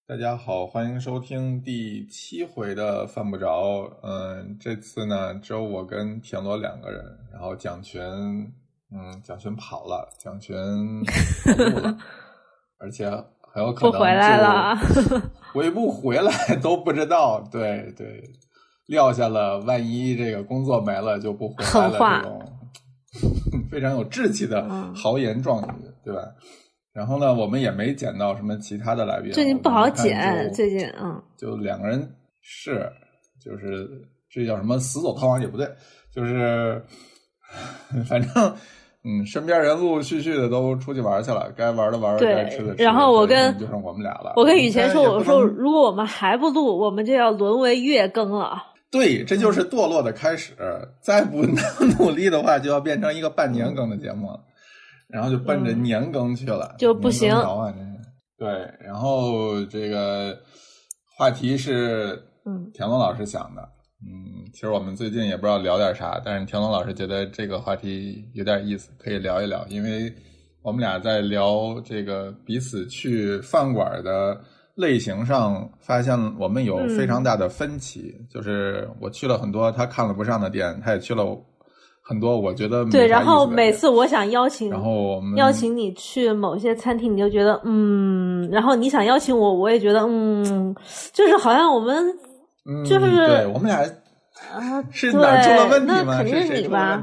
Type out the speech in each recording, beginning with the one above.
大家好，欢迎收听第7回的犯不着。这次呢，只有我跟田螺2个人，然后蒋群跑了，蒋群跑路了，而且很有可能不回来了， 回不回来都不知道。对，撂下了万一这个工作没了就不回来了这种非常有志气的豪言壮语，对吧？然后呢，我们也没捡到什么其他的来宾， 最近不好捡，最近就2个人就是这叫什么死走逃亡也不对，就是反正身边人陆陆续续的都出去玩去了，该玩的玩，该吃的吃。 然后就剩我们俩了。 我跟雨前说，我说如果我们还不录，我们就要沦为月更了。 对，这就是堕落的开始。再不努力的话，就要变成一个半年更的节目了。然后就奔着年更去了， 就不行啊！对，然后这个话题是田龙老师想的，其实我们最近也不知道聊点啥，但是田龙老师觉得这个话题有点意思，可以聊一聊，因为我们俩在聊这个彼此去饭馆的类型上，发现我们有非常大的分歧，就是我去了很多他看了不上的店，他也去了很多我觉得没啥意思的。 对，然后每次我想邀请你去某些餐厅，你就觉得然后你想邀请我，我也觉得就是好像我们就是对我们俩是哪出了问题吗？ 那肯定是你吧？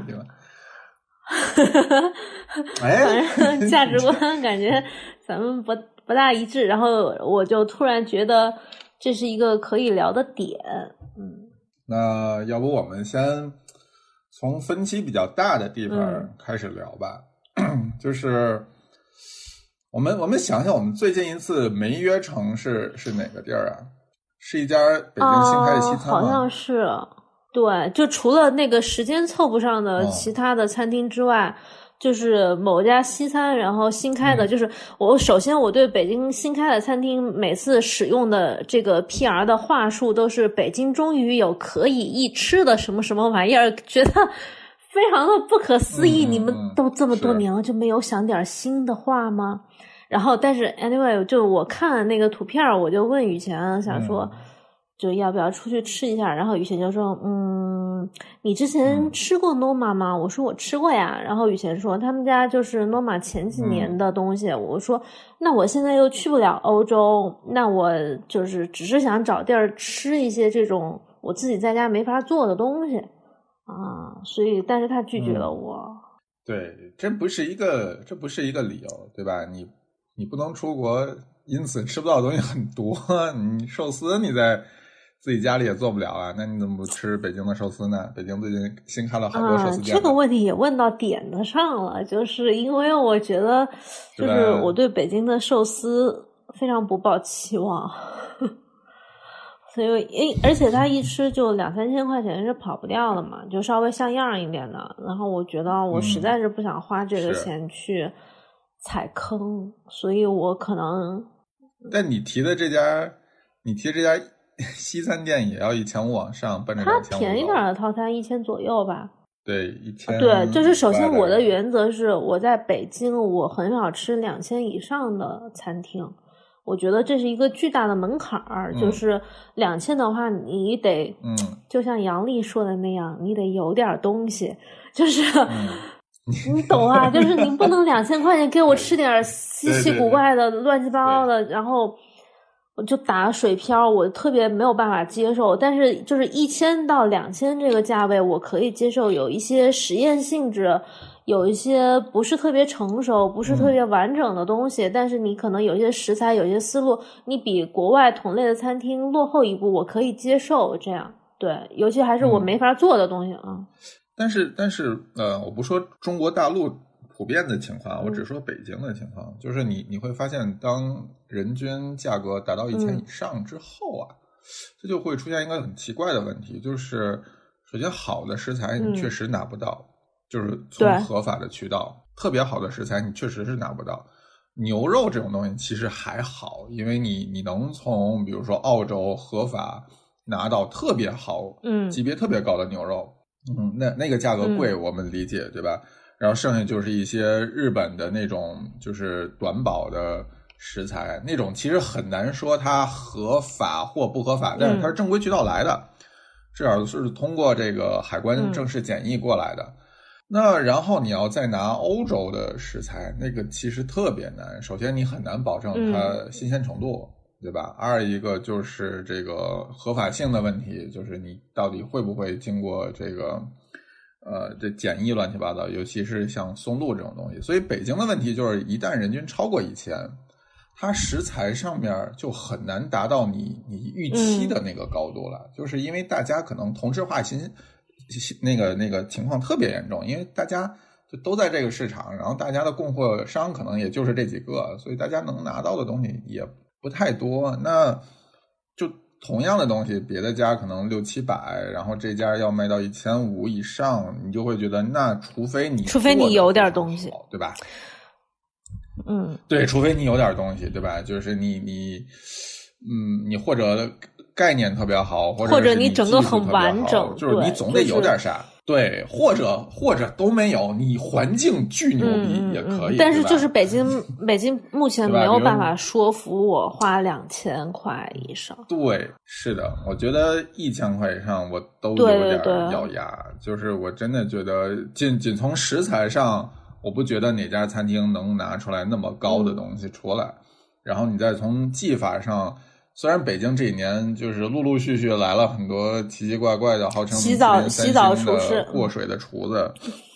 哎， 反正价值观感觉咱们不大一致，然后我就突然觉得这是一个可以聊的点。 那要不我们先从分歧比较大的地方开始聊吧，就是我们想想，我们最近一次没约成是哪个地儿啊？是一家北京新开的西餐吗？ 好像是，对，就除了那个时间凑不上的其他的餐厅之外，就是某家西餐，然后新开的，就是首先我对北京新开的餐厅每次使用的这个 PR 的话术都是北京终于有可以一吃的什么什么玩意儿，觉得非常的不可思议，你们都这么多年了就没有想点新的话吗？然后但是 anyway 就我看那个图片，我就问雨前想说就要不要出去吃一下，然后雨前就说你之前吃过 Noma 吗？我说我吃过呀，然后雨前说他们家就是 Noma 前几年的东西，我说那我现在又去不了欧洲，那我就是只是想找地儿吃一些这种我自己在家没法做的东西啊，所以但是他拒绝了我。 对，这不是一个理由，对吧？你不能出国，因此吃不到的东西很多。你寿司你在自己家里也做不了啊，那你怎么不吃北京的寿司呢？北京最近新开了好多寿司店。 这个问题也问到点子上了，就是因为我觉得，就是我对北京的寿司非常不抱期望，所以而且它一吃就2-3千块钱是跑不掉的嘛，就稍微像样一点的。然后我觉得我实在是不想花这个钱去踩坑，所以我可能。 但你提的这家西餐店也要1500往上，奔着2500。 它便宜点的套餐1000左右吧。 对，1000。 对，就是首先我的原则是我在北京我很少吃2000以上的餐厅，我觉得这是一个巨大的门槛儿，就是2000的话你得就像杨丽说的那样，你得有点东西，就是你懂啊，就是你不能2000块钱给我吃点稀奇古怪的乱七八糟的，然后我就打水漂，我特别没有办法接受。但是就是1000到2000这个价位我可以接受，有一些实验性质，有一些不是特别成熟不是特别完整的东西，但是你可能有一些食材有一些思路你比国外同类的餐厅落后一步，我可以接受。这样对，尤其还是我没法做的东西但是我不说中国大陆普遍的情况，我只说北京的情况，就是你会发现当人均价格达到1000以上之后这就会出现一个很奇怪的问题，就是首先好的食材你确实拿不到，就是从合法的渠道，特别好的食材你确实是拿不到。牛肉这种东西其实还好，因为你能从比如说澳洲合法拿到特别好级别特别高的牛肉，那个价格贵我们理解，对吧？然后剩下就是一些日本的那种就是短保的食材，那种其实很难说它合法或不合法，但是它是正规渠道来的，至少是通过这个海关正式检疫过来的。那然后你要再拿欧洲的食材，那个其实特别难。首先你很难保证它新鲜程度，对吧？二一个就是这个合法性的问题，就是你到底会不会经过这个这检疫乱七八糟，尤其是像松露这种东西。所以北京的问题就是一旦人均超过1000，它食材上面就很难达到你预期的那个高度了，就是因为大家可能同质化那个情况特别严重，因为大家就都在这个市场，然后大家的供货商可能也就是这几个，所以大家能拿到的东西也不太多。那就同样的东西，别的家可能600-700，然后这家要卖到1500以上，你就会觉得那除非你有点东西， 对吧？对，除非你有点东西，对吧？就是你或者概念特别好，或者你整个很完整， 就是你总得有点啥。对，或者都没有，你环境巨牛逼也可以。 但是就是北京目前没有办法说服我花2000块以上。 对，是的，我觉得1000块以上我都有点咬牙。就是我真的觉得仅从食材上，我不觉得哪家餐厅能拿出来那么高的东西出来。然后你再从技法上，虽然北京这几年就是陆陆续续来了很多奇奇怪怪的号称洗澡厨师过水的厨子，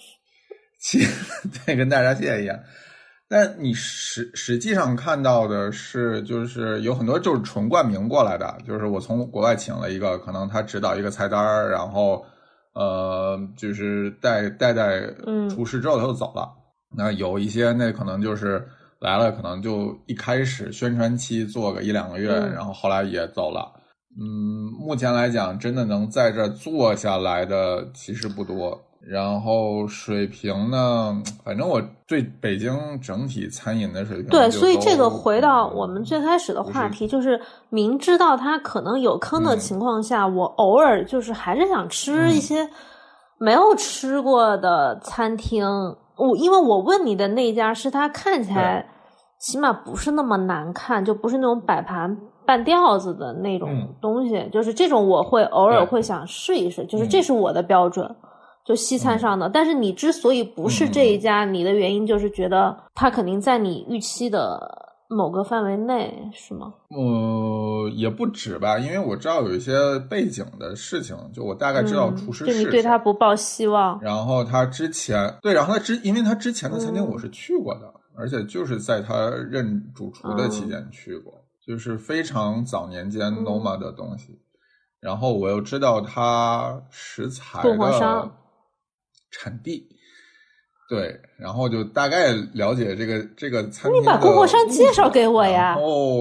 对，跟大闸蟹一样。但你实际上看到的是，就是有很多就是纯冠名过来的，就是我从国外请了一个，可能他指导一个菜单，然后就是带厨师之后他就走了。那有一些那可能就是来了，可能就一开始宣传期做个1-2个月，然后后来也走了。目前来讲，真的能在这做下来的其实不多。然后水平呢，反正我对北京整体餐饮的水平， 对，所以这个回到我们最开始的话题，就是明知道它可能有坑的情况下，我偶尔就是还是想吃一些没有吃过的餐厅。因为我问你的那一家是它看起来起码不是那么难看，就不是那种摆盘半吊子的那种东西，就是这种我会偶尔会想试一试，就是这是我的标准，就西餐上的。但是你之所以不是这一家，你的原因就是觉得它肯定在你预期的某个范围内，是吗？ 也不止吧，因为我知道有一些背景的事情，就我大概知道厨师是谁， 就你对他不抱希望。 然后他之前对，然后因为他之前的餐厅我是去过的，而且就是在他任主厨的期间去过，就是非常早年间 Noma 的东西。然后我又知道他食材的产地。对，然后就大概了解这个餐厅的。 你把供货商介绍给我呀。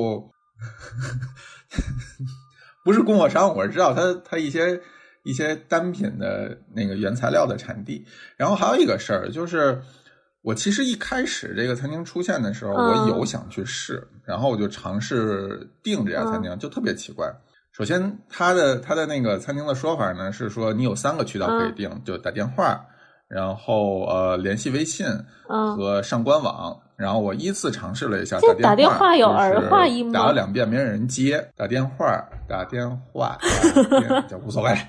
不是供货商，我是知道他一些单品的那个原材料的产地。然后还有一个事儿，就是我其实一开始这个餐厅出现的时候，我有想去试，然后我就尝试订这家餐厅，就特别奇怪。首先他的那个餐厅的说法呢是说你有3个渠道可以订，就打电话，然后联系微信和上官网。然后我依次尝试了一下打电话有儿化音吗？ 打了2遍没人接，打电话就无所谓。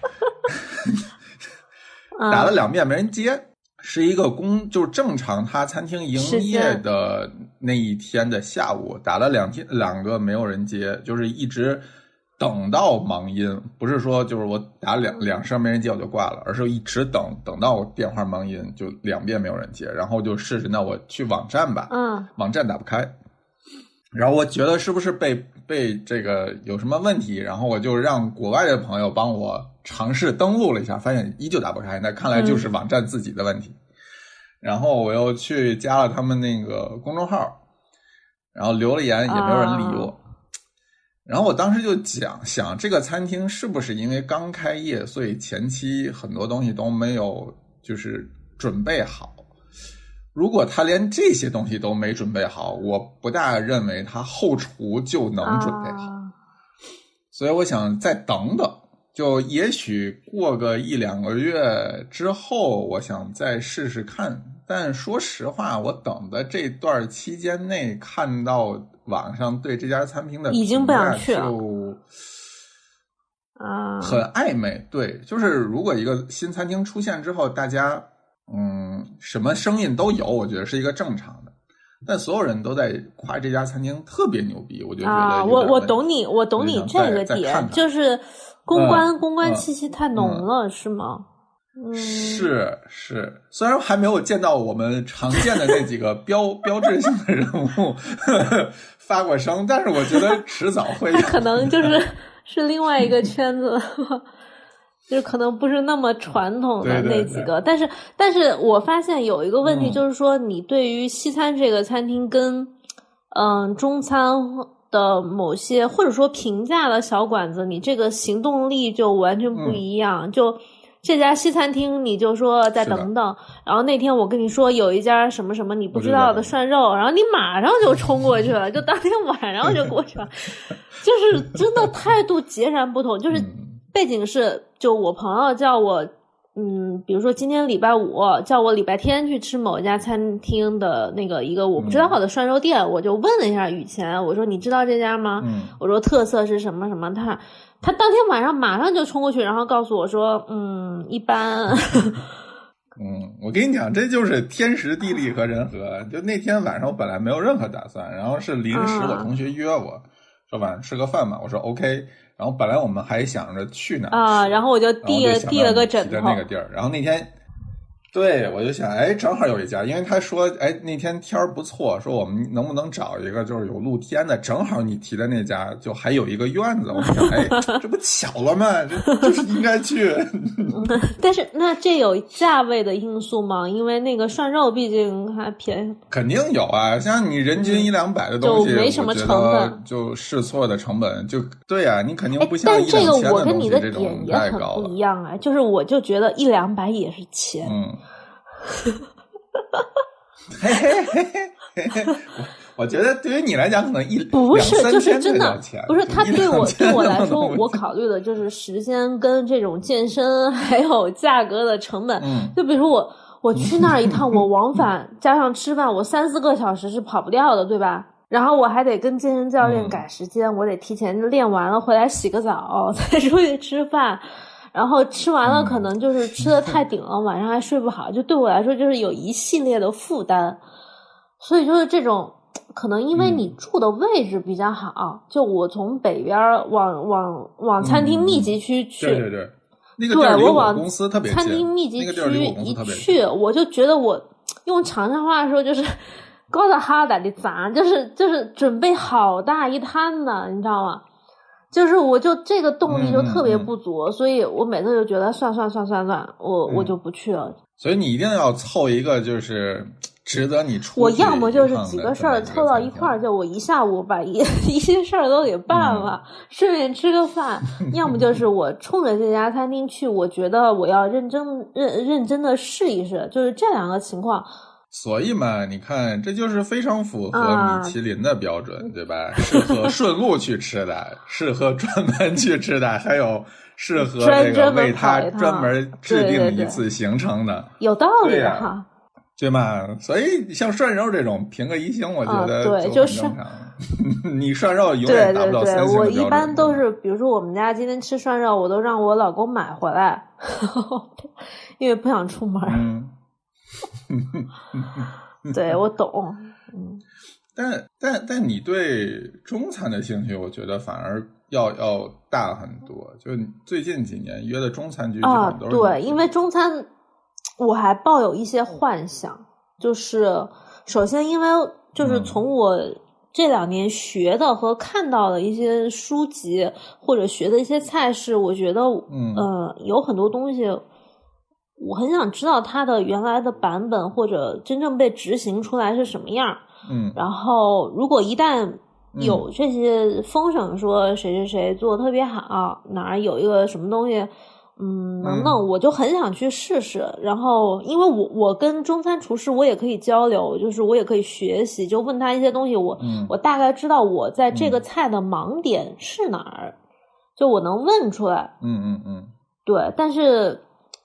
打了2遍没人接，是一个就是正常他餐厅营业的那一天的下午，打了2个没有人接，就是一直等到忙音，不是说就是我打两声没人接我就挂了，而是一直等到我电话忙音，就2遍没有人接，然后就试试那我去网站吧，网站打不开，然后我觉得是不是被这个有什么问题，然后我就让国外的朋友帮我尝试登录了一下，发现依旧打不开，那看来就是网站自己的问题。然后我又去加了他们那个公众号，然后留了言也没有人理我。然后我当时就想这个餐厅是不是因为刚开业，所以前期很多东西都没有就是准备好。如果他连这些东西都没准备好，我不大认为他后厨就能准备好。所以我想再等等，就也许过个1-2个月之后，我想再试试看但说实话，我等的这段期间内看到网上对这家餐厅的已经不想去了就很暧昧。对，就是如果一个新餐厅出现之后，大家什么声音都有，我觉得是一个正常的。但所有人都在夸这家餐厅特别牛逼，我就觉得我懂你这个点，就是公关气息太浓了，是吗？ 是，虽然还没有见到我们常见的那几个标志性的人物发过声，但是我觉得迟早会有。 可能是另外一个圈子。就是可能不是那么传统的那几个， 对， 但是我发现有一个问题，就是说你对于西餐这个餐厅跟中餐的某些或者说平价的小馆子，你这个行动力就完全不一样。就这家西餐厅，你就说再等等，然后那天我跟你说有一家什么什么你不知道的涮肉，然后你马上就冲过去了，就当天晚上就过去了，就是真的态度截然不同，就是背景是，就我朋友叫我，比如说今天礼拜五，叫我礼拜天去吃某一家餐厅的那个一个我不知道的涮肉店，我就问了一下雨前，我说你知道这家吗？我说特色是什么什么，他当天晚上马上就冲过去，然后告诉我说，一般。 我跟你讲，这就是天时地利和人和。就那天晚上我本来没有任何打算，然后是临时我同学约我，说晚上吃个饭嘛，我说 OK。然后本来我们还想着去哪啊，然后我就递了个枕头那个地儿。然后那天，对我就想，正好有一家，因为他说，那天天儿不错，说我们能不能找一个就是有露天的，正好你提的那家就还有一个院子。我想，这不巧了吗？这是应该去。 但是那这有价位的因素吗？因为那个涮肉毕竟还便宜。 肯定有啊，像你人均100-200的东西， 就没什么成本， 就试错的成本就对啊，你肯定不像但这个我跟你的点也很不一样啊，就是我就觉得100-200也是钱。 我觉得对于你来讲可能不是 2-3 就是真的不是他对我来说，我考虑的就是时间跟这种健身还有价格的成本。就比如说我去那儿一趟，我往返加上吃饭，我3-4个小时是跑不掉的，对吧？然后我还得跟健身教练改时间，我得提前练完了回来洗个澡再出去吃饭。然后吃完了可能就是吃的太顶了，晚上还睡不好，就对我来说就是有一系列的负担。所以就是这种可能因为你住的位置比较好，就我从北边往餐厅密集区去， 对，那个地儿离我公司特别近， 餐厅密集区一去，我就觉得我用长沙话说就是高的哈达的砸，就是准备好大一摊呢，你知道吗？就是我就这个动力就特别不足，所以我每次就觉得算，我就不去了。 所以你一定要凑一个就是值得你出去。 我要么就是几个事儿凑到一块儿，就我一下午把一些事儿都给办了，顺便吃个饭；要么就是我冲着这家餐厅去，我觉得我要认真的试一试，就是这两个情况。 所以嘛，你看，这就是非常符合米其林的标准，对吧？适合顺路去吃的，适合专门去吃的，还有适合这个为他专门制定一次行程的， 有道理哈， 对吗？所以像涮肉这种评个1星，我觉得对， 就很正常。你涮肉永远达不到3星的标准。 我一般都是，比如说我们家今天吃涮肉，我都让我老公买回来，因为不想出门。对，我懂。 但你对中餐的兴趣，我觉得反而要大很多。就最近几年约的中餐局基本都是对，因为中餐我还抱有一些幻想，就是首先因为就是从我这2年学的和看到的一些书籍或者学的一些菜式，我觉得有很多东西我很想知道它的原来的版本或者真正被执行出来是什么样。然后如果一旦有这些风声说谁谁谁做的特别好，哪儿有一个什么东西能弄，我就很想去试试。然后因为我跟中餐厨师我也可以交流，就是我也可以学习，就问他一些东西，我大概知道我在这个菜的盲点是哪儿，就我能问出来。 对， 但是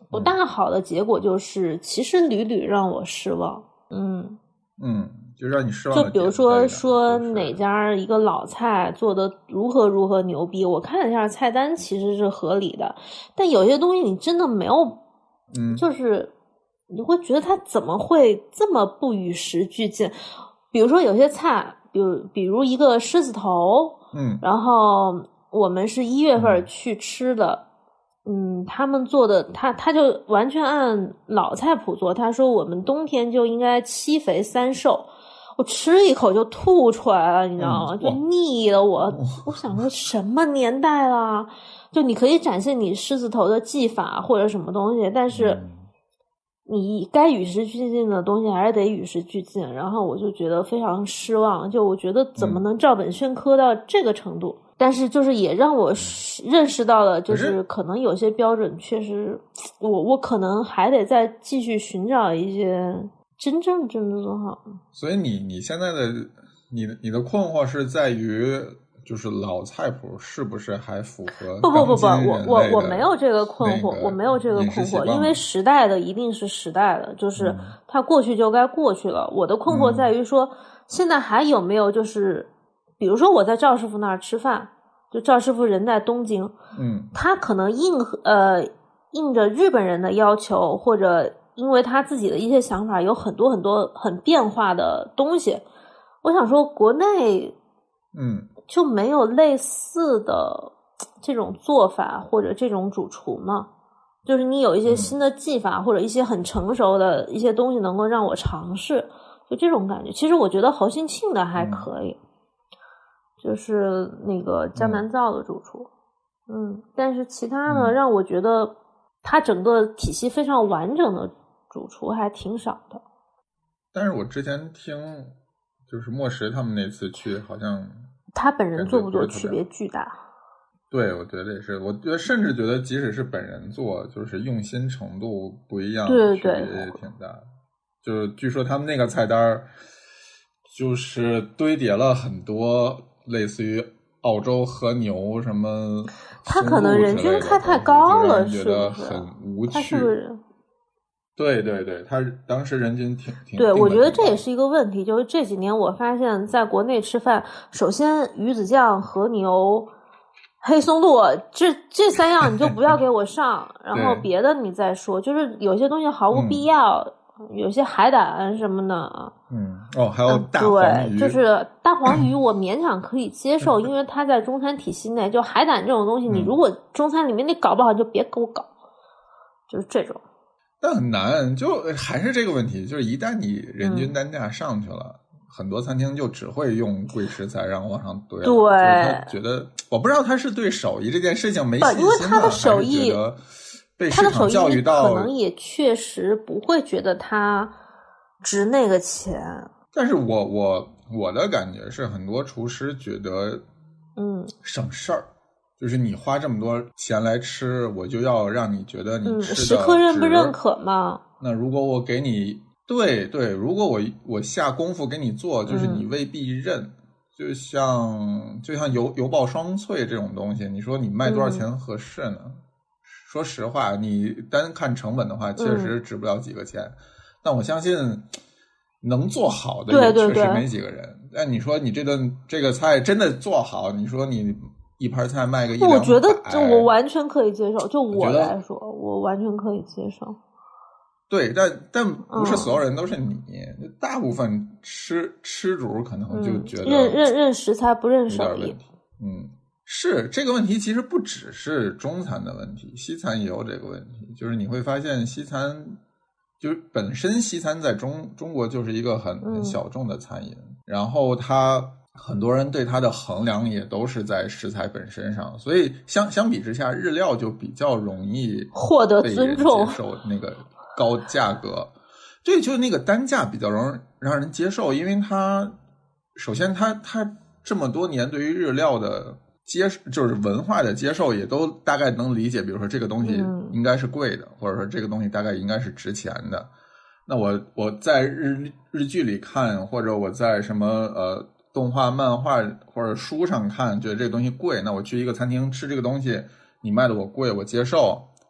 我大好的结果就是其实屡屡让我失望。 就让你失望的。 就比如说哪家一个老菜做的如何牛逼，我看了一下菜单其实是合理的，但有些东西你真的没有，就是你会觉得它怎么会这么不与时俱进。比如说有些菜，比如一个狮子头，然后我们是1月份去吃的，他们做的他就完全按老菜谱做，他说我们冬天就应该7肥3瘦，我吃一口就吐出来了，你知道吗？就腻了我想说什么年代了？就你可以展现你狮子头的技法或者什么东西，但是你该与时俱进的东西还是得与时俱进。然后我就觉得非常失望，就我觉得怎么能照本宣科到这个程度？但是就是也让我认识到了，就是可能有些标准确实，我可能还得再继续寻找一些真正做好。 所以你现在的你的困惑是在于，就是老菜谱是不是还符合？ 不，我没有这个困惑，我没有这个困惑，因为时代的一定是时代的，就是它过去就该过去了。我的困惑在于说，现在还有没有就是，比如说我在赵师傅那儿吃饭，就赵师傅人在东京，他可能应着日本人的要求，或者因为他自己的一些想法，有很多很变化的东西。我想说，国内就没有类似的这种做法或者这种主厨吗？就是你有一些新的技法，或者一些很成熟的一些东西能够让我尝试，就这种感觉。其实我觉得侯兴庆的还可以，就是那个江南造的主厨，但是其他的让我觉得他整个体系非常完整的主厨还挺少的。 但是我之前听就是莫石他们那次去，好像他本人做不做区别巨大。 对，我觉得也是。我觉得甚至觉得，即使是本人做，就是用心程度不一样， 对， 区别也挺大。就是据说他们那个菜单就是堆叠了很多类似于澳洲和牛什么， 他可能人均开太高了， 觉得很无趣。 他是不是？ 对，他当时人均挺对，我觉得这也是一个问题。就是这几年我发现在国内吃饭，首先鱼子酱、和牛、黑松露这3样你就不要给我上，然后别的你再说。就是有些东西毫无必要，有些海胆什么的。 还有大黄鱼。 对，就是大黄鱼我勉强可以接受，因为它在中餐体系内。就海胆这种东西，你如果中餐里面你搞不好，就别给我搞，就是这种。 但很难，就还是这个问题，就是一旦你人均单价上去了，很多餐厅就只会用贵食材然后往上堆。 对， 他觉得我不知道他是对手艺这件事情没信心， 因为他的手艺被市场教育到， 可能也确实不会觉得他值那个钱。 但是我的感觉是，很多厨师觉得省事儿。就是你花这么多钱来吃，我就要让你觉得你吃的食客认不认可嘛？ 那如果我给你对，如果我下功夫给你做，就是你未必认。就像油爆双脆这种东西，你说你卖多少钱合适呢？说实话，你单看成本的话，确实值不了几个钱。但我相信能做好的也确实没几个人。但你说你这个菜真的做好，你说你一盘菜卖个100-200， 我觉得就我完全可以接受。就我来说，我完全可以接受。 对，但不是所有人都是你，大部分吃主可能就觉得认食材不认手艺。 是这个问题，其实不只是中餐的问题，西餐也有这个问题。就是你会发现西餐，就是本身西餐在中国就是一个很小众的餐饮，然后很多人对它的衡量也都是在食材本身上，所以相比之下，日料就比较容易获得尊重， 接受那个高价格。对，就是那个单价比较让人接受，因为首先它这么多年对于日料的就是文化的接受，也都大概能理解。比如说这个东西应该是贵的，或者说这个东西大概应该是值钱的。那我在日剧里看，或者我在什么动画、漫画或者书上看，觉得这个东西贵，那我去一个餐厅吃这个东西，你卖的我贵，我接受。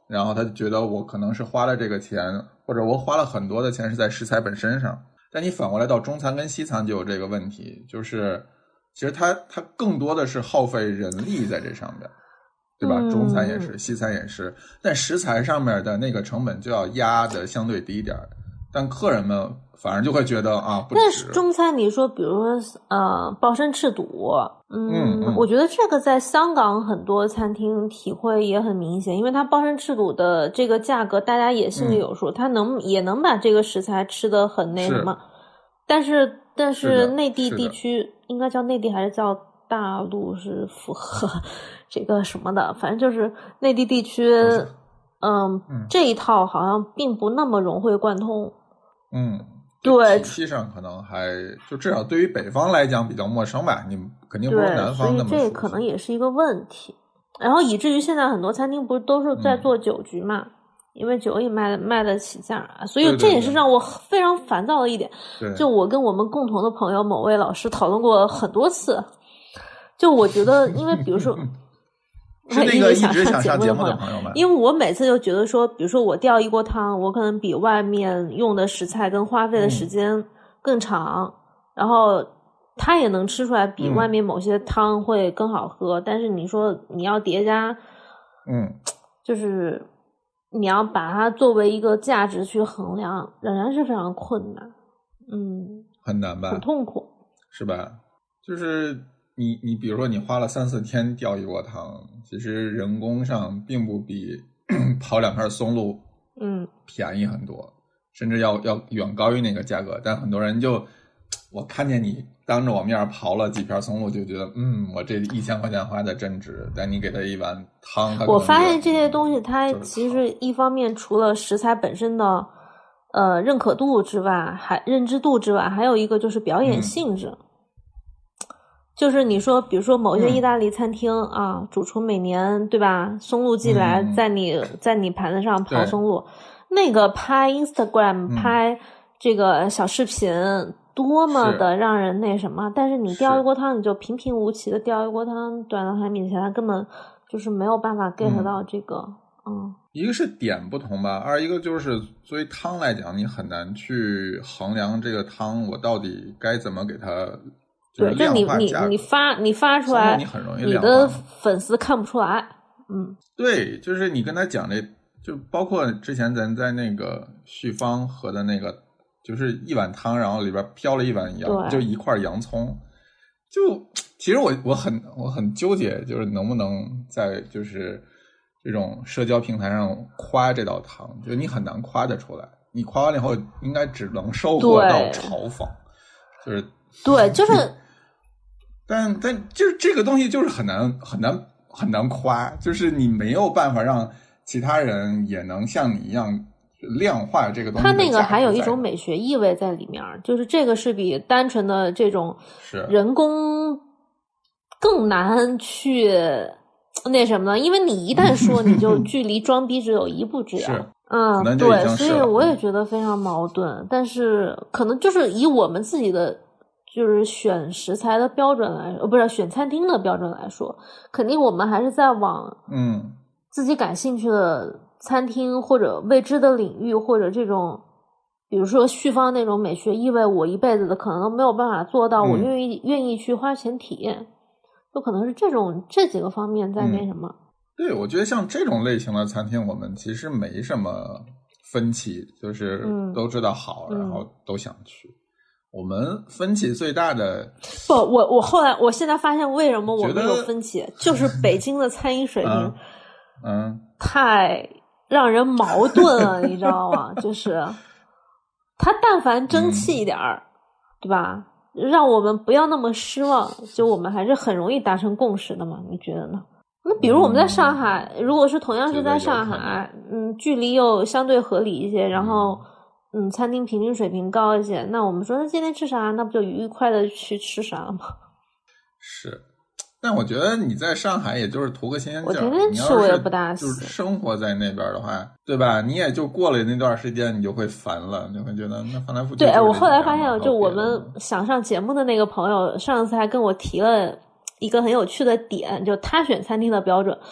然后他就觉得我可能是花了这个钱，或者我花了很多的钱是在食材本身上。但你反过来到中餐跟西餐就有这个问题，就是其实它更多的是耗费人力在这上面，对吧？中餐也是，西餐也是，但食材上面的那个成本就要压的相对低一点，但客人们反而就会觉得啊，不值。 但是中餐你说比如说鲍参翅肚，我觉得这个在香港很多餐厅体会也很明显，因为它鲍参翅肚的这个价格大家也心里有数，它也能把这个食材吃得很那什么。但是内地地区应该叫内地还是叫大陆是符合这个什么的，反正就是内地地区这一套好像并不那么融会贯通。对， 体系上可能还就至少对于北方来讲比较陌生吧，你肯定不如南方那么熟悉。 所以这可能也是一个问题。然后以至于现在很多餐厅不是都是在做酒局嘛，因为酒也卖得起价，所以这也是让我非常烦躁的一点。就我跟我们共同的朋友某位老师讨论过很多次，就我觉得因为比如说是那个一直想上节目的朋友们， 因为我每次就觉得说，比如说我吊一锅汤，我可能比外面用的食材跟花费的时间更长，然后它也能吃出来比外面某些汤会更好喝，但是你说你要叠加就是你要把它作为一个价值去衡量，仍然是非常困难。 很难吧， 很痛苦是吧？就是你比如说你花了3-4天吊一锅汤，其实人工上并不比刨2片松露便宜很多，甚至要远高于那个价格。但很多人就我看见你当着我面刨了几片松露，就觉得我这1000块钱花的真值。但你给他一碗汤， 我发现这些东西它其实一方面除了食材本身的认可度之外，认知度之外，还有一个就是表演性质。就是你说比如说某些意大利餐厅主厨每年对吧，松露寄来在你盘子上刨松露，那个拍 Instagram 拍这个小视频多么的让人那什么，但是你吊一锅汤你就平平无奇的吊一锅汤端到他面前，他根本就是没有办法 get 到这个一个是点不同吧，二一个就是作为汤来讲，你很难去衡量这个汤我到底该怎么给它对，就你发出来， 你很容易你的粉丝看不出来。 对，就是你跟他讲就包括之前咱在那个旭芳喝的那个，就是一碗汤，然后里边飘了一碗就一块洋葱。就其实我很纠结，就是能不能在就是这种社交平台上夸这道汤，就你很难夸得出来。你夸完了以后，应该只能收获到嘲讽，就是对，就是。 但就是这个东西就是很难夸，就是你没有办法让其他人也能像你一样量化这个东西。它那个还有一种美学意味在里面，就是这个是比单纯的这种人工更难去那什么呢？因为你一旦说，你就距离装逼只有一步之遥。对，所以我也觉得非常矛盾。但是可能就是以我们自己的。就是选食材的标准来不是选餐厅的标准来说，肯定我们还是在往自己感兴趣的餐厅或者未知的领域，或者这种比如说旭芳那种美学意味，我一辈子的可能都没有办法做到，我愿意去花钱体验，就可能是这几个方面在那什么。 对，我觉得像这种类型的餐厅，我们其实没什么分歧，就是都知道好，然后都想去。我们分歧最大的不，我现在发现为什么我们有分歧，就是北京的餐饮水平，太让人矛盾了，你知道吗？就是他但凡争气一点对吧？让我们不要那么失望，就我们还是很容易达成共识的嘛？你觉得呢？那比如我们在上海，如果是同样是在上海，距离又相对合理一些，然后。餐厅平均水平高一些，那我们说那今天吃啥，那不就愉快的去吃啥了吗？ 是，但我觉得你在上海也就是图个新鲜劲儿。 我天天吃我也不大喜， 就是生活在那边的话，对吧？你也就过了那段时间，你就会烦了，你会觉得那翻来覆去。 对，我后来发现，就我们想上节目的那个朋友，上次还跟我提了一个很有趣的点，就他选餐厅的标准。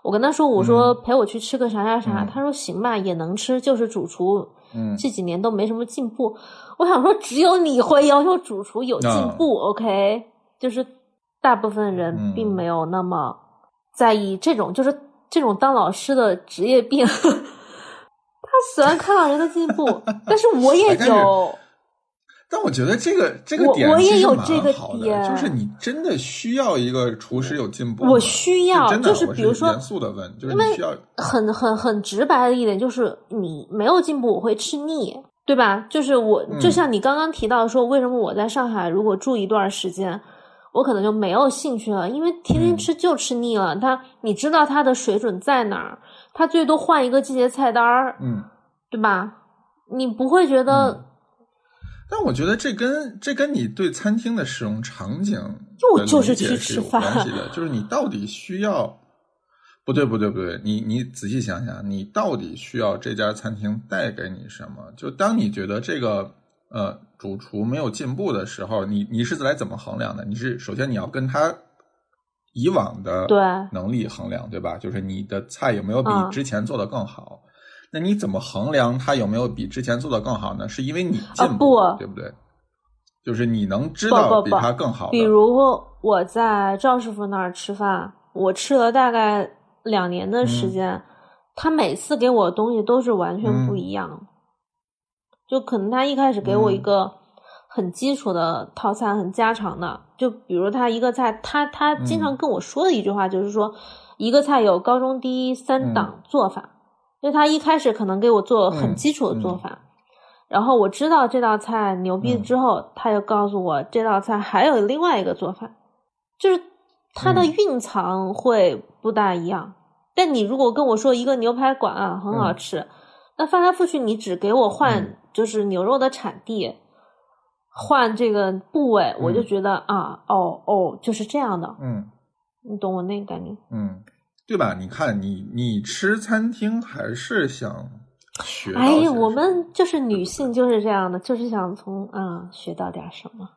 我跟他说，我说陪我去吃个啥啥啥，他说行吧，也能吃，就是主厨这几年都没什么进步。我想说，只有你会要求主厨有进步，OK， 就是大部分人并没有那么在意这种，就是这种当老师的职业病。他喜欢看到人的进步，但是我也有。 但我觉得这个点我也有这个点， 就是你真的需要一个厨师有进步。 我需要，就是比如说严肃的问，就是你需要很直白的一点，就是你没有进步，我会吃腻，对吧？就是我就像你刚刚提到说，为什么我在上海如果住一段时间，我可能就没有兴趣了，因为天天吃就吃腻了。你知道它的水准在哪儿？它最多换一个季节菜单儿，对吧？你不会觉得。 但我觉得这跟你对餐厅的使用场景我就是去吃饭有关系的，就是你到底需要不对，你仔细想想，你到底需要这家餐厅带给你什么？就当你觉得这个主厨没有进步的时候，你是来怎么衡量的？你是首先你要跟他以往的能力衡量，对吧？就是你的菜有没有比之前做的更好？那你怎么衡量他有没有比之前做的更好呢？是因为你进步，对不对？就是你能知道比他更好的。 比如我在赵师傅那儿吃饭，我吃了大概2年的时间，他每次给我的东西都是完全不一样。就可能他一开始给我一个很基础的套餐，很家常的，就比如他一个菜，他经常跟我说的一句话就是说，一个菜有高中低3档做法。就他一开始可能给我做很基础的做法，然后我知道这道菜牛逼之后，他就告诉我这道菜还有另外一个做法，就是它的蕴藏会不大一样。但你如果跟我说一个牛排馆啊很好吃，那翻来覆去你只给我换就是牛肉的产地，换这个部位，我就觉得就是这样的。你懂我那个感觉？ 对吧？你看你吃餐厅还是想学到些什么？ 我们就是女性就是这样的，就是想从学到点什么。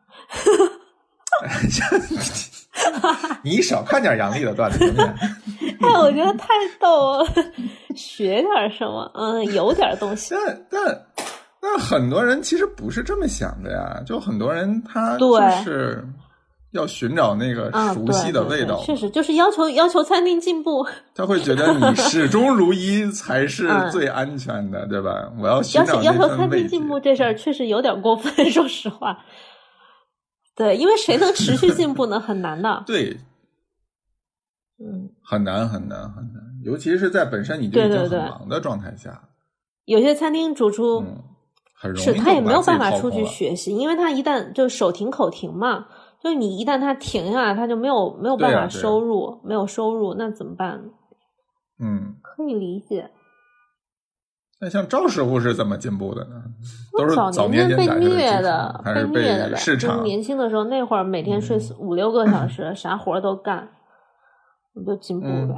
你少看点杨笠的段子行不行？ 我觉得太逗了，学点什么？有点东西。 但很多人其实不是这么想的呀，就很多人他就是要寻找那个熟悉的味道， 确实就是要求餐厅进步。 他会觉得你始终如一才是最安全的，对吧？我要寻找要求餐厅进步这事儿确实有点过分，说实话。对，因为谁能持续进步呢？很难的。 对，很难，尤其是在本身你就已经很忙的状态下。 有些餐厅主厨很容易他也没有办法出去学习，因为他一旦就手停口停嘛。就是你一旦他停下来，他就没有办法收入，没有收入，那怎么办？可以理解。 那像赵师傅是怎么进步的呢？都是早年间被虐的， 还是被虐的市场？ 年轻的时候那会儿每天睡5-6个小时，啥活都干，你就进步呗。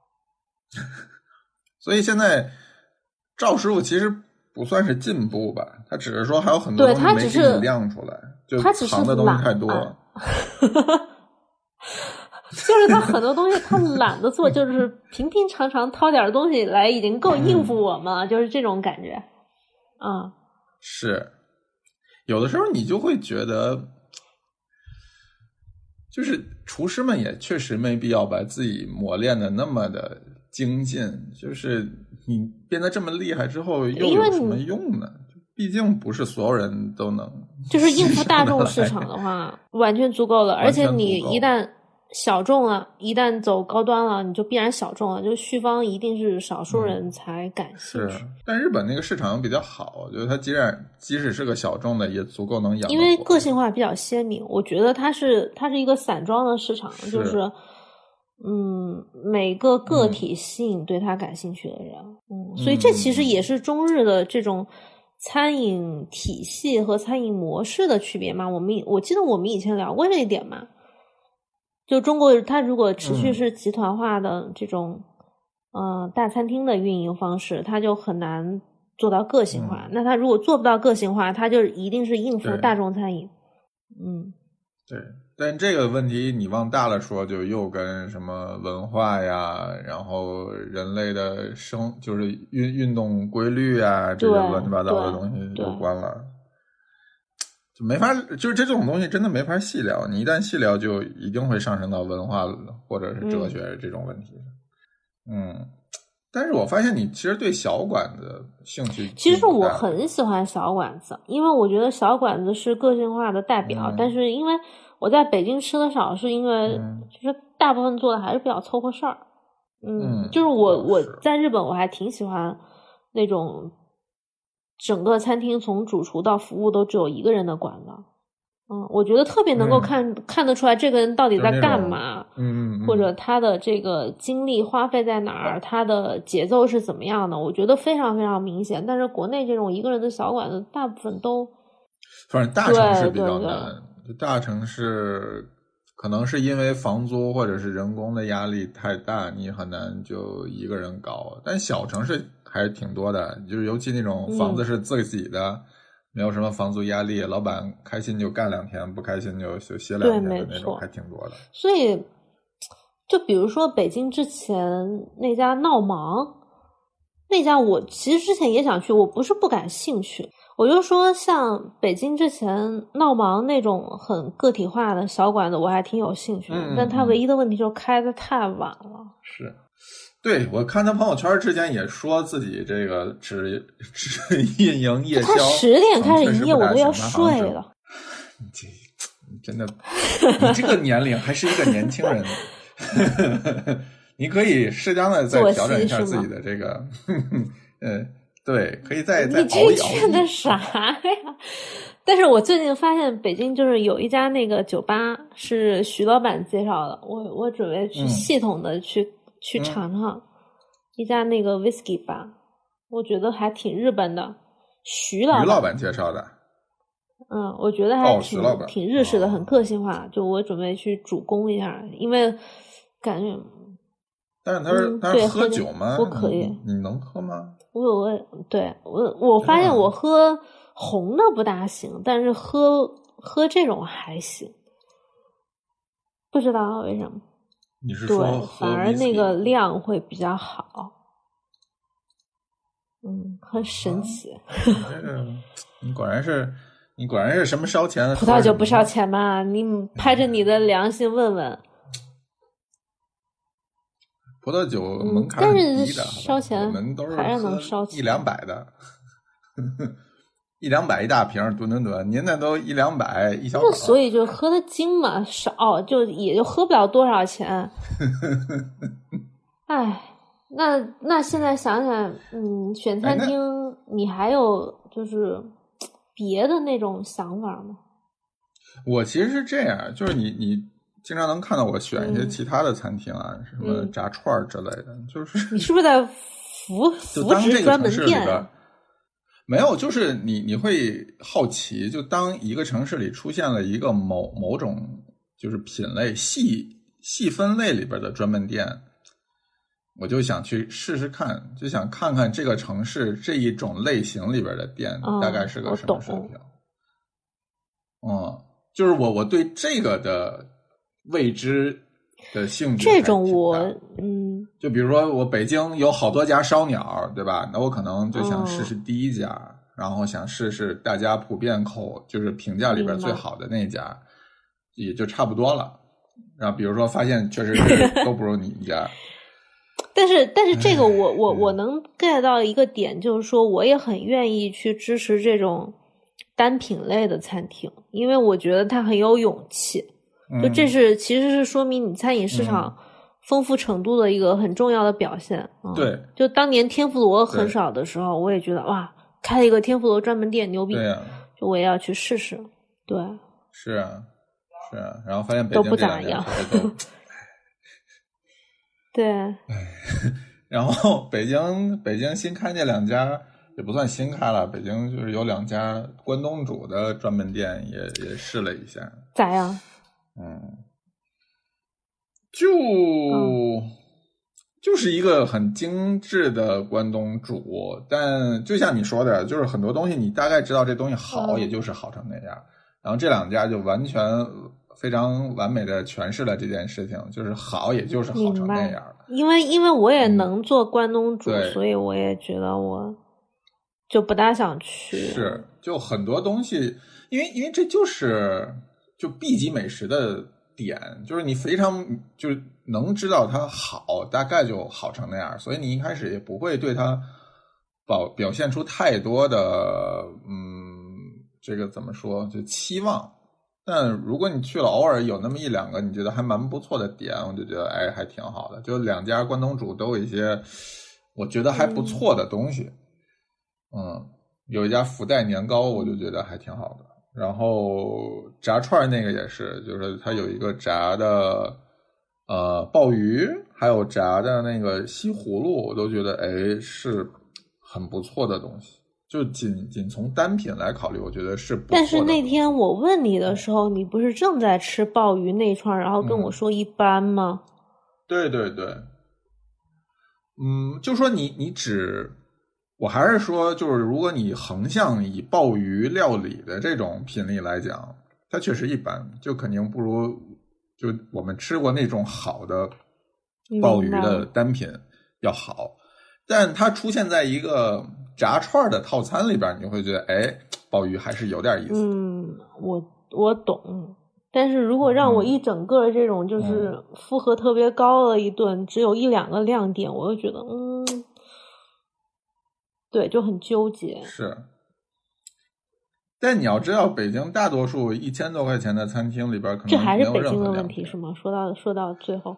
所以现在赵师傅其实不算是进步吧，他只是说还有很多东西没给你亮出来，就藏的东西太多了。 就是他很多东西他懒得做，就是平平常常掏点东西来已经够应付我们了，就是这种感觉。 是有的时候你就会觉得，就是厨师们也确实没必要把自己磨练的那么的精进，就是你变得这么厉害之后又有什么用呢？毕竟不是所有人都能， 就是应付大众市场的话完全足够了。而且你一旦小众了，一旦走高端了，你就必然小众了，就续方一定是少数人才感兴趣。 是，但日本那个市场比较好，我觉得它即使是个小众的也足够能养， 因为个性化比较鲜明。我觉得它是一个散装的市场，就是每个个体吸引对它感兴趣的人。所以这其实也是中日的这种餐饮体系和餐饮模式的区别嘛。我记得我们以前聊过这一点嘛。就中国它如果持续是集团化的这种大餐厅的运营方式，它就很难做到个性化。那它如果做不到个性化，它就一定是应付大众餐饮。 对。 但这个问题你往大了说，就又跟什么文化呀，然后人类的就是运动规律啊，这些乱七八糟的东西有关了。就没法，就是这种东西真的没法细聊，你一旦细聊就一定会上升到文化或者是哲学这种问题。但是我发现你其实对小馆子兴趣， 其实我很喜欢小馆子，因为我觉得小馆子是个性化的代表，但是因为我在北京吃的少，是因为就是大部分做的还是比较凑合事儿。就是我在日本我还挺喜欢那种整个餐厅从主厨到服务都只有一个人的馆子。我觉得特别能够看得出来这个人到底在干嘛，或者他的这个精力花费在哪儿，他的节奏是怎么样的，我觉得非常非常明显。但是国内这种一个人的小馆子大部分都， 反正大城市比较难，就大城市可能是因为房租或者是人工的压力太大，你很难就一个人搞。但小城市还是挺多的，就是尤其那种房子是自己的，没有什么房租压力，老板开心就干2天，不开心就歇2天的那种，还挺多的。 所以就比如说北京之前那家闹芒，那家我其实之前也想去，我不是不感兴趣，我就说像北京之前闹芒那种很个体化的小馆子我还挺有兴趣的，但它唯一的问题就是开得太晚了。 是，对，我看他朋友圈之前也说自己这个只运营夜宵， 他10点开始营业，我都要睡了。 你真的，你这个年龄还是一个年轻人，你可以适当的再调整一下自己的这个，对，可以再熬一熬。 你这劝的啥呀？但是我最近发现北京就是有一家那个酒吧是徐老板介绍的，我准备去系统的去尝尝一家那个 whisky 吧，我觉得还挺日本的。徐老板介绍的， 我觉得还挺日式的，很个性化。就我准备去主攻一下，因为感觉。 但是他是喝酒吗？ 我可以， 你能喝吗？ 我发现我喝红的不大行，但是喝这种还行，不知道为什么。 你是说对，反而那个量会比较好。很神奇。 你果然是什么烧钱？ 葡萄酒不烧钱吗？你拍着你的良心问问。 葡萄酒门槛很低的， 烧钱我们都是还是能烧钱 100-200的，100-200一大瓶，吨，您那都100-200一小口。 所以就喝的精嘛，少就也就喝不了多少钱。哎，那现在想想，选餐厅你还有就是别的那种想法吗？ 我其实是这样，就是你经常能看到我选一些其他的餐厅啊，什么炸串之类的，就是你是不是在扶持专门店啊？ 没有，就是你会好奇，就当一个城市里出现了一个某种就是品类细分类里边的专门店，我就想去试试看，就想看看这个城市这一种类型里边的店大概是个什么水平。就是我对这个的未知的兴趣， 这种就比如说我北京有好多家烧鸟，对吧？那我可能就想试试第一家，然后想试试大家普遍就是评价里边最好的那家，也就差不多了。然后比如说发现确实是都不如你家。 但是这个我能 get 到一个点，就是说我也很愿意去支持这种单品类的餐厅，因为我觉得它很有勇气。就这其实是说明你餐饮市场丰富程度的一个很重要的表现。 对， 就当年天妇罗很少的时候，我也觉得哇，开了一个天妇罗专门店牛逼， 对啊， 就我也要去试试。对， 是啊，然后发现北京都不咋样。对， 然后北京新开那2家也不算新开了，北京就是有2家关东煮的专门店也试了一下， 咋样？ 就是一个很精致的关东煮，但就像你说的，就是很多东西你大概知道这东西好，也就是好成那样。然后这2家就完全非常完美的诠释了这件事情，就是好也就是好成那样了。 因为我也能做关东煮，所以我也觉得我就不大想去。 是，就很多东西，因为这就是就 B 级美食的点，就是你非常就能知道它好，大概就好成那样，所以你一开始也不会对它表现出太多的这个怎么说就期望。但如果你去了，偶尔有那么一两个你觉得还蛮不错的点，我就觉得还挺好的。就两家关东煮都有一些我觉得还不错的东西。有一家福袋年糕，我就觉得还挺好的。然后炸串那个也是，就是它有一个炸的鲍鱼，还有炸的那个西葫芦，我都觉得是很不错的东西。就仅从单品来考虑，我觉得是不错的。 但是那天我问你的时候，你不是正在吃鲍鱼那串，然后跟我说一般吗？ 对对对，就说我还是说，就是如果你横向以鲍鱼料理的这种品类来讲，它确实一般，就肯定不如就我们吃过那种好的鲍鱼的单品要好。但它出现在一个炸串的套餐里边，你会觉得鲍鱼还是有点意思。 我懂，但是如果让我一整个这种就是负荷特别高的一顿，只有一两个亮点，我就觉得对，就很纠结。 是，但你要知道，北京大多数1000多块钱的餐厅里边，可能这还是没有任何北京的问题是吗？说到最后。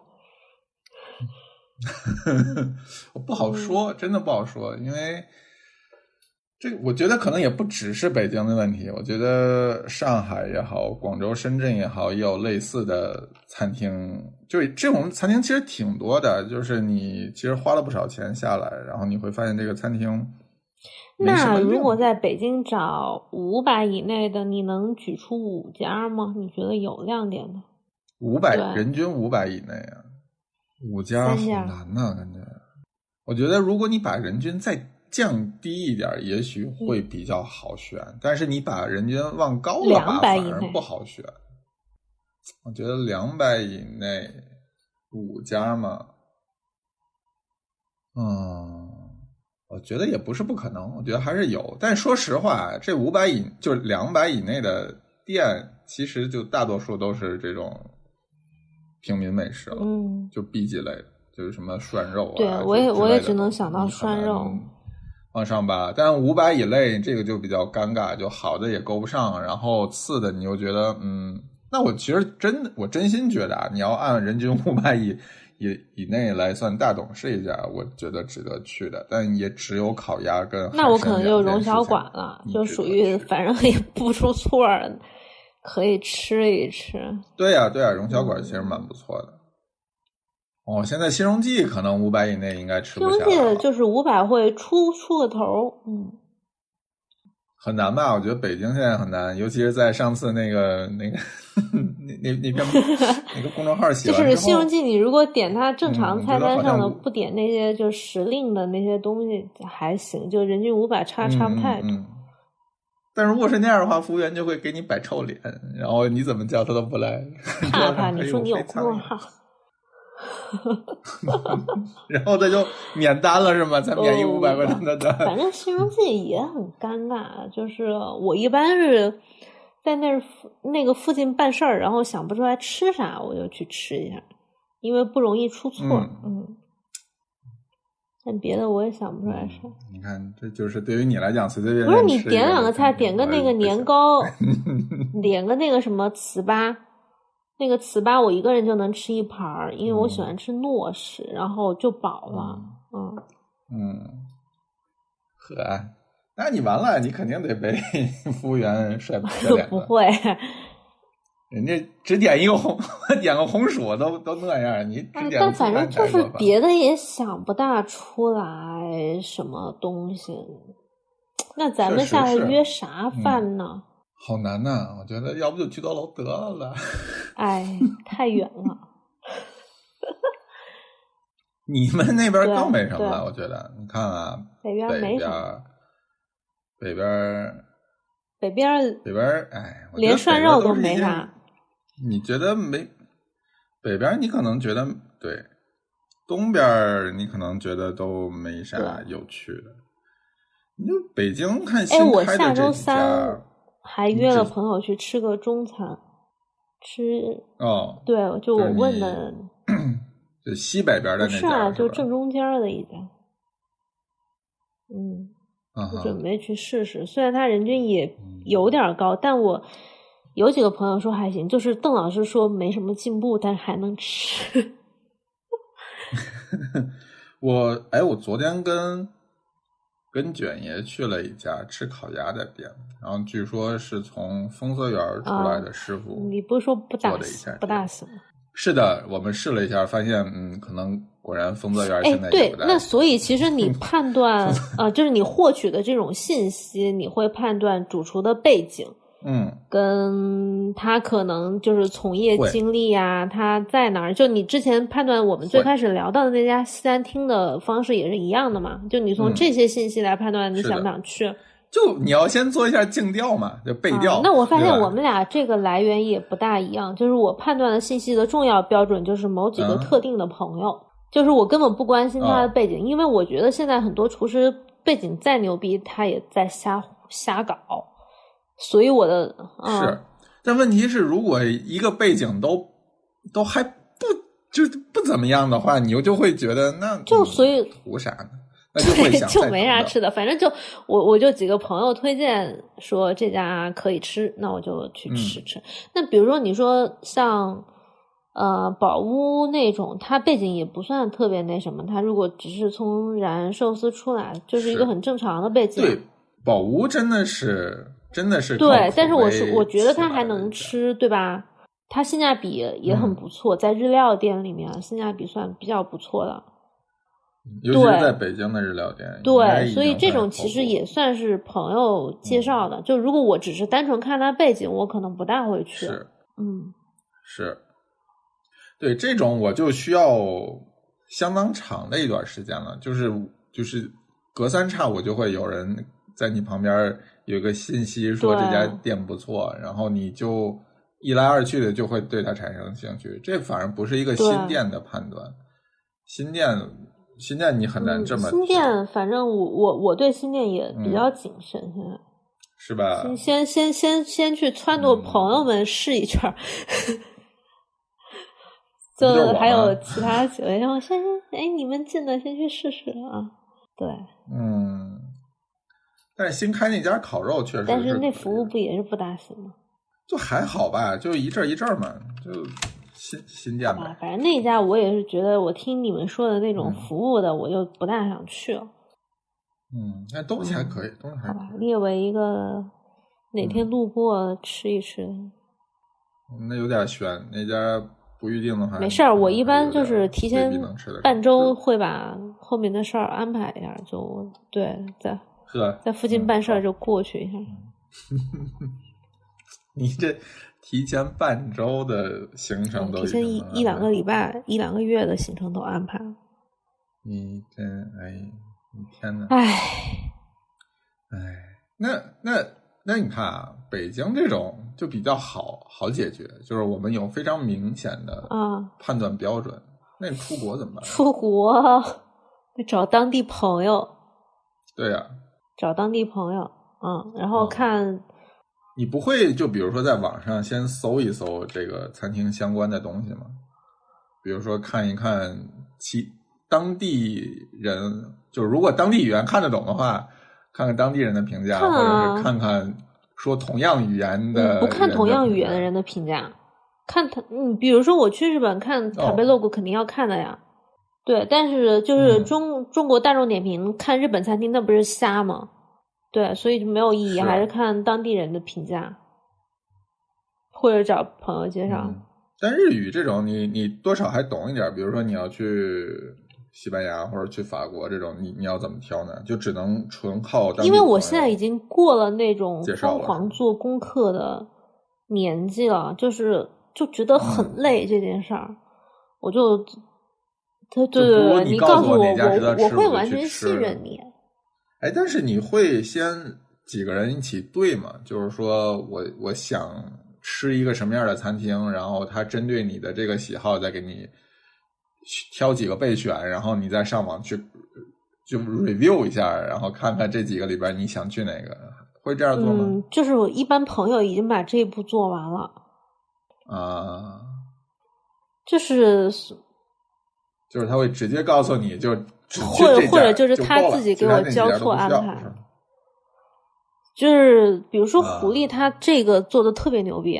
我不好说，真的不好说，因为我觉得可能也不只是北京的问题，我觉得上海也好，广州、深圳也好，也有类似的餐厅。就是这种餐厅其实挺多的，就是你其实花了不少钱下来，然后你会发现这个餐厅。 那如果在北京找500以内的，你能举出5家吗？你觉得有亮点的 ？500人均500以内啊，5家好难呐，感觉。我觉得如果你把人均再降低一点，也许会比较好选。但是你把人均往高了拔，反而不好选。我觉得200以内5家嘛，我觉得也不是不可能，我觉得还是有。但说实话，这就是200以内的店，其实就大多数都是这种平民美食了，就 B 级类的，就是什么涮肉啊。 对，我也只能想到涮肉。 往上吧，但500以内这个就比较尴尬，就好的也够不上，然后次的你又觉得那我其实我真心觉得你要按人均500以内来算，大董是一家我觉得值得去的，但也只有烤鸭跟那我可能就荣小馆了，就属于反正也不出错，可以吃一吃。 对呀，荣小馆其实蛮不错的。现在新荣记可能500以内应该吃不下了。 新荣记就是500会出个头， 很难吧？我觉得北京现在很难，尤其是在上次那篇那个公众号写完之后， 就是新荣记，你如果点它正常菜单上的，不点那些就时令的那些东西还行，就人均500差不太多。 但如果是那样的话，服务员就会给你摆臭脸，然后你怎么叫他都不来。 怕你说你有公众号。 然后他就免单了是吗？才免500块钱的单。 反正新荣记也很尴尬，就是我一般是在那个附近办事儿，然后想不出来吃啥，我就去吃一下，因为不容易出错。但别的我也想不出来啥。 你看，这就是对于你来讲随随便便不是你点两个菜，点个那个年糕，点个那个什么糍粑。那个糍粑我一个人就能吃一盘，因为我喜欢吃糯食，然后就饱了。 呵，那你完了，你肯定得被服务员甩白着脸。 不会， 人家只点一个点个红薯都那样，你只点。 但反正就是别的也想不大出来什么东西。那咱们下回约啥饭呢？ 好难呐，我觉得要不就聚多楼得了。 太远了。 你们那边更没什么了，我觉得。你看啊， 北边没什么。北边， 连涮肉都没啥。 你觉得没北边你可能觉得对，东边你可能觉得都没啥有趣的。你就北京看新我开的下周这几家， 3还约了朋友去吃个中餐，对，就我问的， 就西北边的那家， 不是啊，就正中间的一家。我准备去试试，虽然它人均也有点高，但我有几个朋友说还行，就是邓老师说没什么进步，但是还能吃。 我昨天跟卷爷去了一家吃烤鸭的店，然后据说是从丰泽园出来的师傅， 你不是说不大死吗？ 是的，我们试了一下，发现可能果然丰泽园现在也不大死。 对，那所以其实你判断就是你获取的这种信息，你会判断主厨的背景。跟他可能就是从业经历啊，他在哪儿？就你之前判断我们最开始聊到的那家西餐厅的方式也是一样的嘛？就你从这些信息来判断你想不想去？ 就你要先做一下竞调嘛，就背调。 那我发现我们俩这个来源也不大一样，就是我判断的信息的重要标准就是某几个特定的朋友，就是我根本不关心他的背景，因为我觉得现在很多厨师背景再牛逼，他也在瞎搞。所以我的是，但问题是，如果一个背景都还不怎么样的话，你就会觉得那就所以图啥呢？那就会想就没啥吃的，反正就我就几个朋友推荐说这家可以吃，那我就去吃。那比如说你说像宝屋那种，它背景也不算特别那什么，它如果只是从燃寿司出来，就是一个很正常的背景。 对，宝屋真的是对，但是我觉得它还能吃，对吧？它性价比也很不错，在日料店里面性价比算比较不错的， 尤其是在北京的日料店。 对，所以这种其实也算是朋友介绍的。就如果我只是单纯看它背景，我可能不大会去。 是，对，这种我就需要相当长的一段时间了，就是隔三差五就会有人在你旁边有个信息说这家店不错，然后你就一来二去的就会对它产生兴趣。这反而不是一个新店的判断，新店你很难这么新店反正我对新店也比较谨慎，现在是吧？ 先去撺掇朋友们试一圈。就还有其他几位，然后你们进的先去试试啊。对， 但是新开那家烤肉确实但是那服务不也是不大行吗？ 就还好吧，就一阵一阵嘛，就新店吧。 反正那家我也是觉得，我听你们说的那种服务的，我就不大想去了。 那东西还可以，东西还可以。 好吧，列为一个哪天路过吃一吃。 那有点悬，那家不预定的话。 没事儿，我一般就是提前半周会把后面的事儿安排一下，就对，在附近办事儿就过去一下。 你这提前半周的行程都提前一两个礼拜、一两个月的行程都安排了。 你真你天哪！那你看啊，北京这种就比较好解决，就是我们有非常明显的判断标准。那你出国怎么办？ 出国找当地朋友。 对呀， 找当地朋友，然后看。 你不会就比如说在网上先搜一搜这个餐厅相关的东西吗？比如说看一看当地人，就是如果当地语言看得懂的话，看看当地人的评价，或者是看看说同样语言的。 不看同样语言的人的评价，看比如说我去日本看塔贝洛谷肯定要看的呀。对，但是就是中国大众点评看日本餐厅，那不是瞎吗？对，所以就没有意义，还是看当地人的评价，或者找朋友介绍。 但日语这种你多少还懂一点，比如说你要去西班牙或者去法国这种，你要怎么挑呢？就只能纯靠当地。 因为我现在已经过了那种疯狂做功课的年纪了，就觉得很累这件事儿，我就对，你告诉我我会完全信任你。 但是你会先几个人一起对吗？就是说我想吃一个什么样的餐厅，然后他针对你的这个喜好再给你挑几个备选，然后你再上网去就 review 一下，然后看看这几个里边你想去哪个，会这样做吗？ 就是我一般朋友已经把这一步做完了啊， 就是他会直接告诉你就或者就是他自己给我交错安排，就是比如说狐狸他这个做的特别牛逼，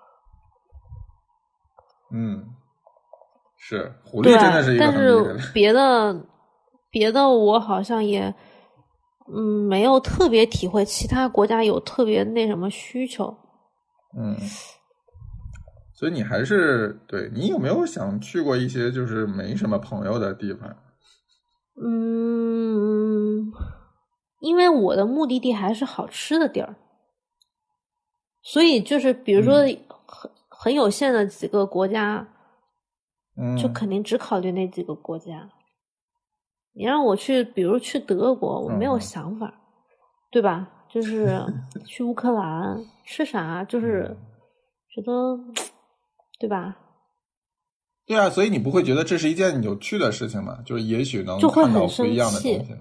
是狐狸真的是一个很厉害的， 但是别的我好像也没有特别体会其他国家有特别那什么需求。 所以你还是对你有没有想去过一些就是没什么朋友的地方？ 因为我的目的地还是好吃的地儿，所以就是比如说很有限的几个国家，就肯定只考虑那几个国家。你让我去，比如去德国，我没有想法，对吧？就是去乌克兰吃啥，就是觉得，对吧？ 对啊，所以你不会觉得这是一件有趣的事情吗？就是也许能就会看到很不一样的生东西呢。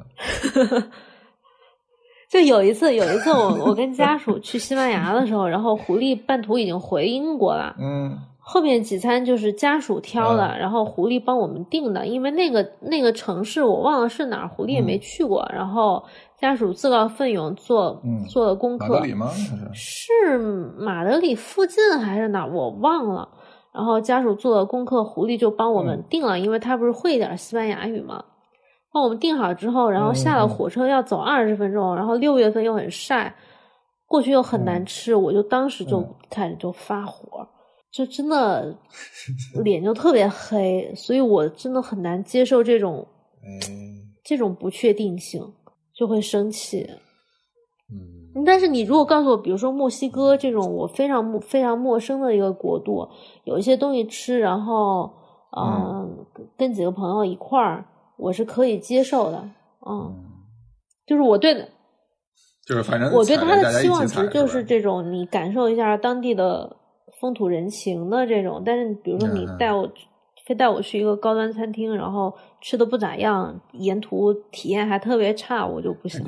就有一次我跟家属去西班牙的时候，然后狐狸半途已经回英国了。后面几餐就是家属挑的，然后狐狸帮我们订的，因为那个城市我忘了是哪儿，狐狸也没去过，然后家属自告奋勇做了功课。 马德里吗？ 是马德里附近还是哪儿我忘了。然后家属做了功课，狐狸就帮我们订了，因为他不是会一点西班牙语嘛。帮我们订好之后，然后下了火车要走20分钟，然后6月份又很晒，过去又很难吃，我就当时就开始就发火。就真的脸就特别黑，所以我真的很难接受这种不确定性，就会生气。但是你如果告诉我，比如说墨西哥这种我非常非常陌生的一个国度，有一些东西吃，然后跟几个朋友一块儿，我是可以接受的。就是我对的， 就是反正我对他的期望值就是这种，你感受一下当地的风土人情的这种。但是比如说你非带我去一个高端餐厅，然后吃的不咋样，沿途体验还特别差，我就不行。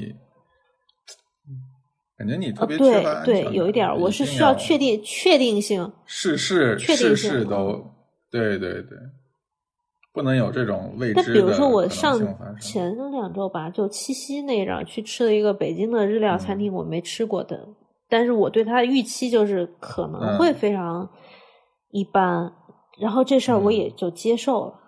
感觉你特别缺乏安全感。 对，有一点我是需要确定性， 事事都对，不能有这种未知的可能性发生。 但比如说我前2周吧，就七夕那阵去吃了一个北京的日料餐厅，我没吃过的，但是我对它的预期就是可能会非常一般，然后这事儿我也就接受了。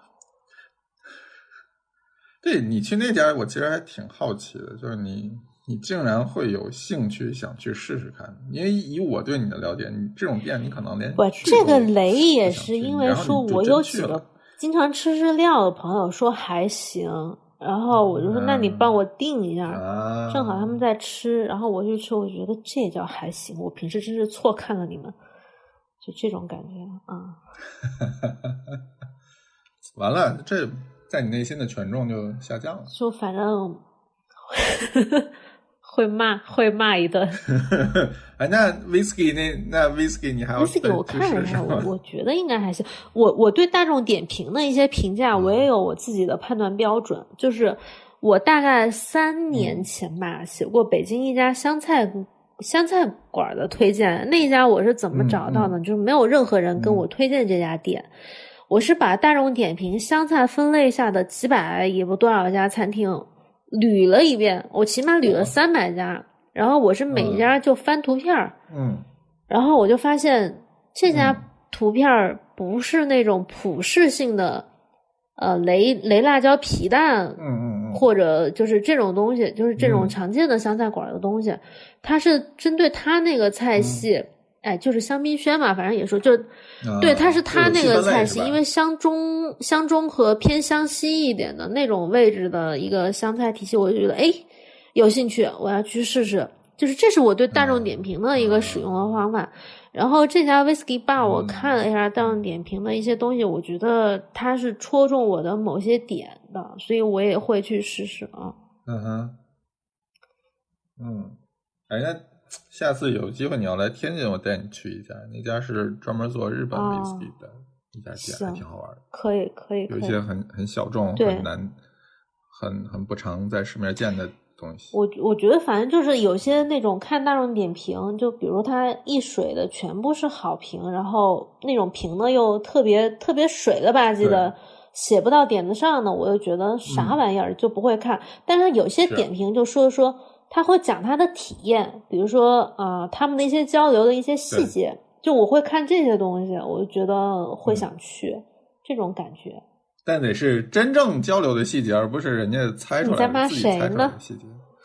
对，你去那家我其实还挺好奇的，就是你竟然会有兴趣想去试试看，因为以我对你的了解，你这种店你可能连这个雷也是因为说我有几个经常吃日料的朋友说还行，然后我就说那你帮我订一下，正好他们在吃，然后我就吃，我觉得这叫还行，我平时真是错看了你们，就这种感觉啊。 完了，这在你内心的权重就下降了， 就反正会骂一顿。 哎，那 whisky 那 whisky 你还要 whisky 我看了一下，我觉得应该还行。我对大众点评的一些评价，我也有我自己的判断标准。就是我大概3年前吧，写过北京一家湘菜馆的推荐。那一家我是怎么找到的？就是没有任何人跟我推荐这家店。我是把大众点评湘菜分类下的几百也不多少家餐厅捋了一遍，我起码捋了300家，然后我是每一家就翻图片然后我就发现这家图片不是那种普适性的雷辣椒皮蛋或者就是这种东西，就是这种常见的湘菜馆的东西，它是针对它那个菜系就是香槟轩嘛，反正也说就对，它是它那个菜系，因为湘中和偏湘西一点的那种位置的一个湘菜体系，我就觉得有兴趣，我要去试试。就是这是我对大众点评的一个使用的方法。然后这家 Whisky Bar 我看了一下大众点评的一些东西，我觉得它是戳中我的某些点的，所以我也会去试试啊。 哎，那下次有机会你要来天津，我带你去一家，那家是专门做日本威士忌的一家店，还挺好玩的。 可以， 有一些很小众、很难、很不常在市面见的东西。 我觉得反正就是有些那种看大众点评，就比如它一水的全部是好评，然后那种评呢又特别水了吧唧的，写不到点子上的，我就觉得啥玩意儿就不会看。但是有些点评就说他会讲他的体验，比如说他们的一些交流的一些细节，就我会看这些东西，我就觉得会想去，这种感觉。 但得是真正交流的细节，而不是人家猜出来的自己猜出来的细节。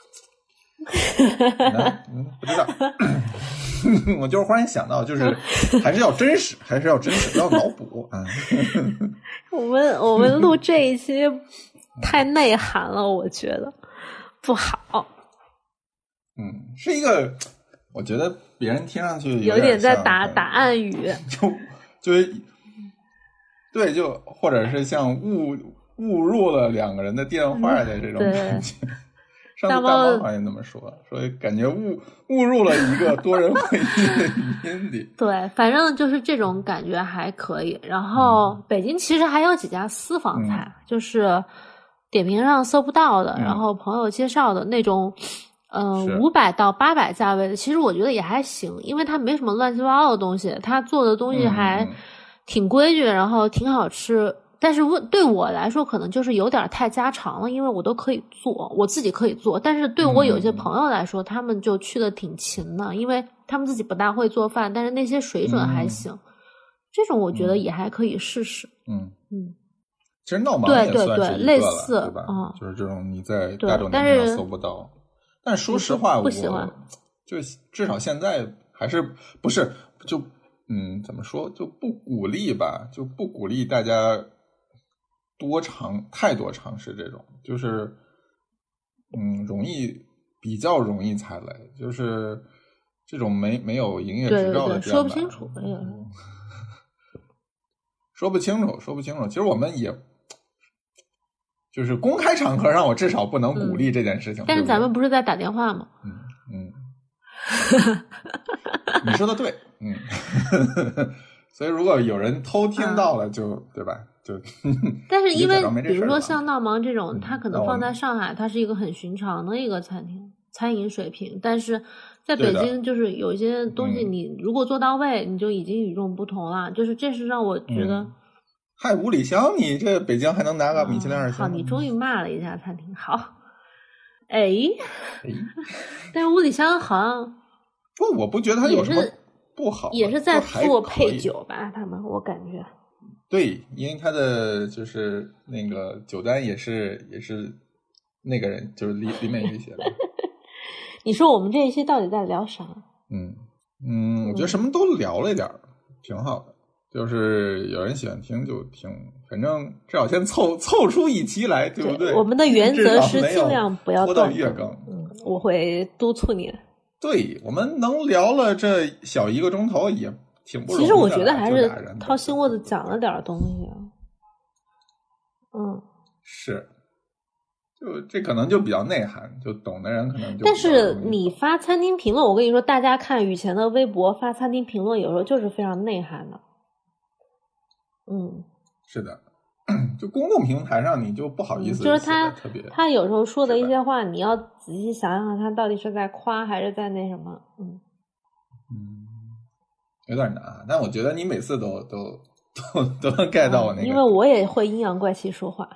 不知道。我就是忽然想到，就是还是要真实，不要脑补啊。 我们录这一期太内涵了，我觉得不好。 是一个，我觉得别人听上去有点在打暗语， 就是对，就或者是像误入了两个人的电话的这种感觉。上次大猫好像也那么说感觉误入了一个多人会议的语音里。 对，反正就是这种感觉还可以。然后北京其实还有几家私房菜，就是点评上搜不到的，然后朋友介绍的那种，500到800价位的，其实我觉得也还行，因为它没什么乱七八糟的东西，它做的东西还挺规矩，然后挺好吃。但是对我来说可能就是有点太家常了，因为我都可以做，我自己可以做。但是对我有些朋友来说，他们就去的挺勤的，因为他们自己不大会做饭，但是那些水准还行。这种我觉得也还可以试试。 其实闹忙也算是一个了， 类似， 对吧？就是这种你在大众点评上搜不到。但说实话， 不喜欢， 就至少现在还是不是就怎么说，就不鼓励吧，就不鼓励大家太多尝试这种，就是比较容易踩雷，就是这种没有营业执照的店吧， 说不清楚， 说不清楚。其实我们也就是公开场合上，我至少不能鼓励这件事情。 但是咱们不是在打电话吗？ 你说的对，所以如果有人偷听到了就，对吧？就但是因为比如说像闹忙这种，它可能放在上海，它是一个很寻常的一个餐饮水平，但是在北京就是有一些东西你如果做到位，你就已经与众不同了。就是这是让我觉得。 嗨，五里香，你这北京还能拿个米其林2星？ 好，你终于骂了一下餐厅，好。但是五里香好像不，我不觉得它有什么不好， 也是在做配酒吧，他们我感觉。 对，因为他的就是那个酒单也是那个人，就是李美玉写的。 你说我们这一期到底在聊啥？ 我觉得什么都聊了一点，挺好的。就是有人喜欢听就听，反正至少先凑出一期来，对不对？ 我们的原则是尽量不要拖到月更。 我会督促你的。 对，我们能聊了这小1个钟头也挺不容易的。 其实我觉得还是掏心窝子讲了点东西啊。 是，就这可能就比较内涵，就懂的人可能就。 但是你发餐厅评论，我跟你说，大家看雨前的微博发餐厅评论，有时候就是非常内涵的。 是的，就公共平台上你就不好意思， 就是他有时候说的一些话，你要仔细想想，他到底是在夸还是在那什么？ 有点难，但我觉得你每次都能 get 到我那个， 因为我也会阴阳怪气说话。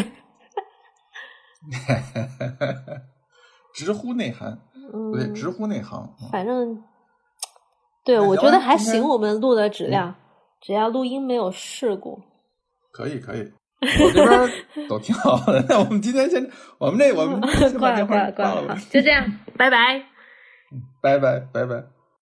直呼内涵，不对，直呼内行。 反正，对，我觉得还行，我们录的质量。只要录音没有事故， 可以，我这边都挺好的。那我们今天我们先把电话挂了吧， 就这样，拜拜， 拜拜。